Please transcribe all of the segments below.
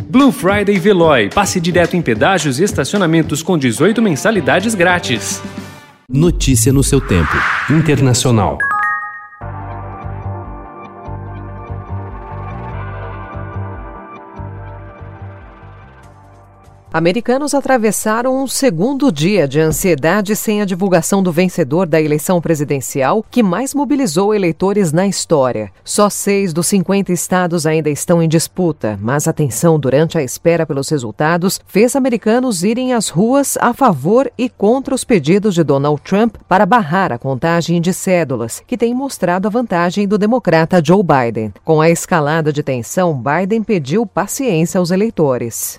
Blue Friday Veloy. Passe direto em pedágios e estacionamentos com 18 mensalidades grátis. Notícia no seu tempo. Internacional. Americanos atravessaram um segundo dia de ansiedade sem a divulgação do vencedor da eleição presidencial que mais mobilizou eleitores na história. Só 6 dos 50 estados ainda estão em disputa, mas a tensão durante a espera pelos resultados fez americanos irem às ruas a favor e contra os pedidos de Donald Trump para barrar a contagem de cédulas, que tem mostrado a vantagem do democrata Joe Biden. Com a escalada de tensão, Biden pediu paciência aos eleitores.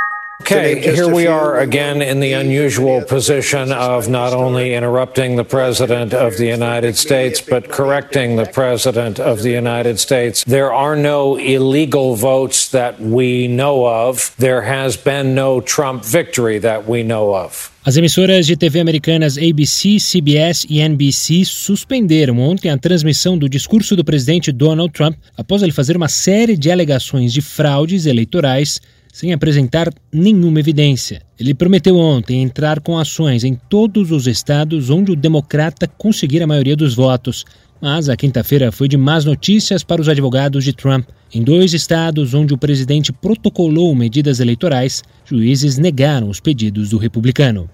Okay, here we are again in the unusual position of not only interrupting the President of the United States, but correcting the President of the United States. There are no illegal votes that we know of. There has been no Trump victory that we know of. As emissoras de TV americanas ABC, CBS e NBC suspenderam ontem a transmissão do discurso do presidente Donald Trump após ele fazer uma série de alegações de fraudes eleitorais sem apresentar nenhuma evidência. Ele prometeu ontem entrar com ações em todos os estados onde o democrata conseguir a maioria dos votos. Mas a quinta-feira foi de más notícias para os advogados de Trump. Em 2 estados onde o presidente protocolou medidas eleitorais, juízes negaram os pedidos do republicano.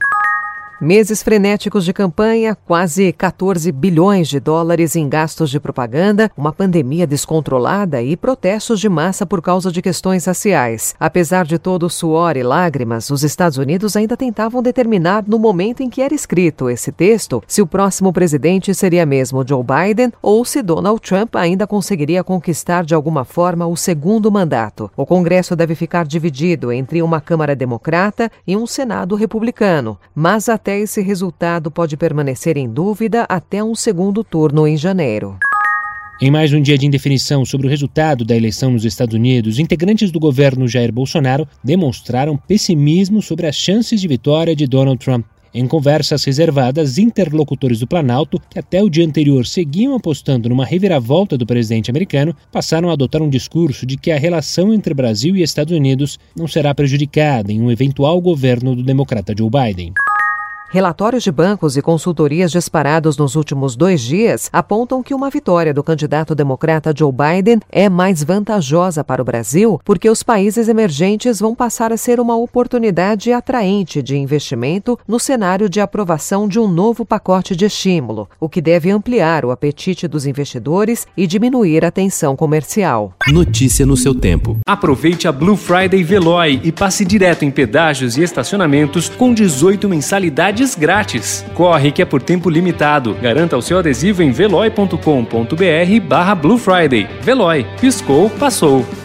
Meses frenéticos de campanha, quase 14 bilhões de dólares em gastos de propaganda, uma pandemia descontrolada e protestos de massa por causa de questões raciais. Apesar de todo o suor e lágrimas, os Estados Unidos ainda tentavam determinar no momento em que era escrito esse texto se o próximo presidente seria mesmo Joe Biden ou se Donald Trump ainda conseguiria conquistar de alguma forma o segundo mandato. O Congresso deve ficar dividido entre uma Câmara Democrata e um Senado Republicano, mas até esse resultado pode permanecer em dúvida até um segundo turno em janeiro. Em mais um dia de indefinição sobre o resultado da eleição nos Estados Unidos, integrantes do governo Jair Bolsonaro demonstraram pessimismo sobre as chances de vitória de Donald Trump. Em conversas reservadas, interlocutores do Planalto, que até o dia anterior seguiam apostando numa reviravolta do presidente americano, passaram a adotar um discurso de que a relação entre Brasil e Estados Unidos não será prejudicada em um eventual governo do democrata Joe Biden. Relatórios de bancos e consultorias disparados nos últimos 2 dias apontam que uma vitória do candidato democrata Joe Biden é mais vantajosa para o Brasil porque os países emergentes vão passar a ser uma oportunidade atraente de investimento no cenário de aprovação de um novo pacote de estímulo, o que deve ampliar o apetite dos investidores e diminuir a tensão comercial. Notícia no seu tempo. Aproveite a Blue Friday Veloy e passe direto em pedágios e estacionamentos com 18 mensalidades grátis. Corre que é por tempo limitado. Garanta o seu adesivo em veloy.com.br/Blue Friday. Veloy. Piscou, passou.